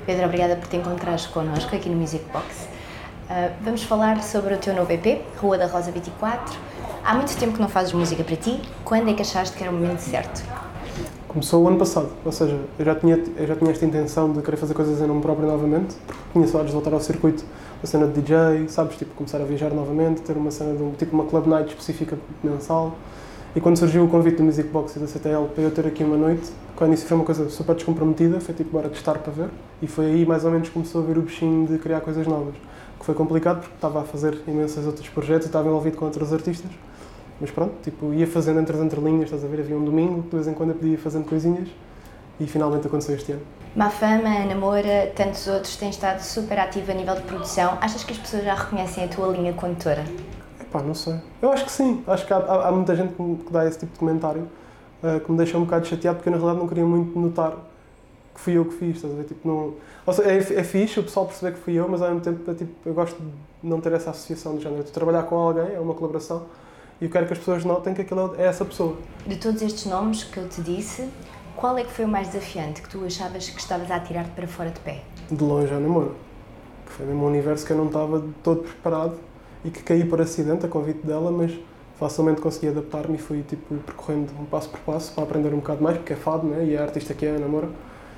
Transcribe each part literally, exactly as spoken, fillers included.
Pedro, obrigada por te encontrares connosco aqui no Music Box. Uh, vamos falar sobre o teu novo E P, Rua da Rosa vinte e quatro. Há muito tempo que não fazes música para ti. Quando é que achaste que era o momento certo? Começou o ano passado, ou seja, eu já tinha, eu já tinha esta intenção de querer fazer coisas em nome próprio novamente, porque tinha saudades de voltar ao circuito, a cena de D J, sabes, tipo, começar a viajar novamente, ter uma cena de um, tipo uma club night específica mensal. E quando surgiu o convite do Music Box e da C T L para eu ter aqui uma noite, que ao início foi uma coisa super descomprometida, foi tipo, bora testar para ver, e foi aí mais ou menos que começou a vir o bichinho de criar coisas novas, que foi complicado porque estava a fazer imensos outros projetos e estava envolvido com outros artistas, mas pronto, tipo, ia fazendo entre as entrelinhas, estás a ver, havia um domingo, de vez em quando eu podia ir fazendo coisinhas, e finalmente aconteceu este ano. Má Fama, Ana Moura, tantos outros, têm estado super ativa a nível de produção. Achas que as pessoas já reconhecem a tua linha condutora? Epá, não sei. Eu acho que sim. Acho que há, há, há muita gente que, me, que dá esse tipo de comentário uh, que me deixa um bocado chateado porque eu na realidade não queria muito notar que fui eu que fiz, estás a ver? Tipo, não... Ou seja, é, é fixe o pessoal perceber que fui eu, mas ao mesmo tempo é, tipo, eu gosto de não ter essa associação de género. Eu estou a trabalhar com alguém, é uma colaboração, e eu quero que as pessoas notem que aquilo é essa pessoa. De todos estes nomes que eu te disse, qual é que foi o mais desafiante, que tu achavas que estavas a atirar-te para fora de pé? De longe, a Ana Moura. Que foi mesmo um universo que eu não estava todo preparado e que caí por acidente, a convite dela, mas facilmente consegui adaptar-me e fui tipo, percorrendo um passo por passo para aprender um bocado mais, porque é fado, né? E é a artista que é a Ana Moura.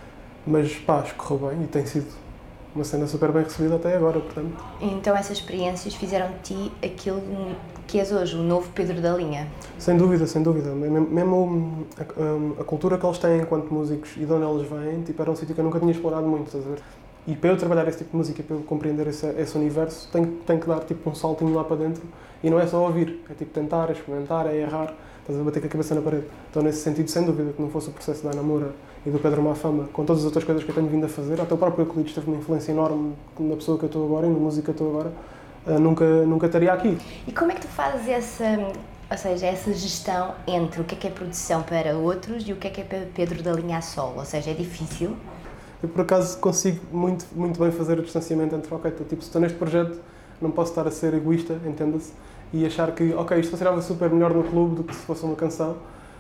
Mas pá, acho que correu bem e tem sido uma cena super bem recebida até agora, portanto. Então essas experiências fizeram de ti aquilo que és hoje, o novo Pedro da Linha? Sem dúvida, sem dúvida. Mesmo a, a, a cultura que eles têm enquanto músicos e de onde eles vêm, tipo, era um sítio que eu nunca tinha explorado muito, estás a ver? E para eu trabalhar esse tipo de música, para eu compreender esse, esse universo, tenho, tenho que dar tipo um saltinho lá para dentro e não é só ouvir, é tipo tentar, é experimentar, é errar, estás a bater com a cabeça na parede. Então nesse sentido, sem dúvida, que não fosse o processo da Ana Moura e do Pedro Má Fama, com todas as outras coisas que eu tenho vindo a fazer, até o próprio Euclides teve uma influência enorme na pessoa que eu estou agora e na música que eu estou agora, uh, nunca, nunca estaria aqui. E como é que tu fazes essa, ou seja, essa gestão entre o que é que é produção para outros e o que é que é para Pedro da Linha a solo? Ou seja, é difícil? Eu, por acaso, consigo muito, muito bem fazer o distanciamento entre, ok, tô, tipo, se estou neste projeto, não posso estar a ser egoísta, entenda-se, e achar que, ok, isto funcionava super melhor no clube do que se fosse uma canção,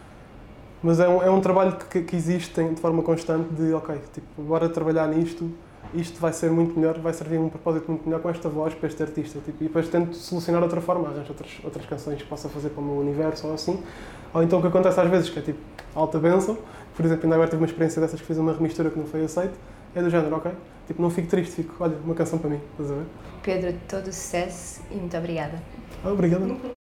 mas é um, é um trabalho que, que existe de forma constante de, ok, tipo, bora trabalhar nisto, isto vai ser muito melhor, vai servir um propósito muito melhor com esta voz para este artista, tipo, e depois tento solucionar de outra forma, arranjo outras, outras canções que possa fazer para o meu universo ou assim, ou então o que acontece às vezes, que é tipo, alta bênção. Por exemplo, ainda agora tive uma experiência dessas que fiz uma remistura que não foi aceita, é do género, ok? Tipo, não fico triste, fico, olha, uma canção para mim, estás a ver? Pedro, todo o sucesso e muito obrigada. Ah, obrigado.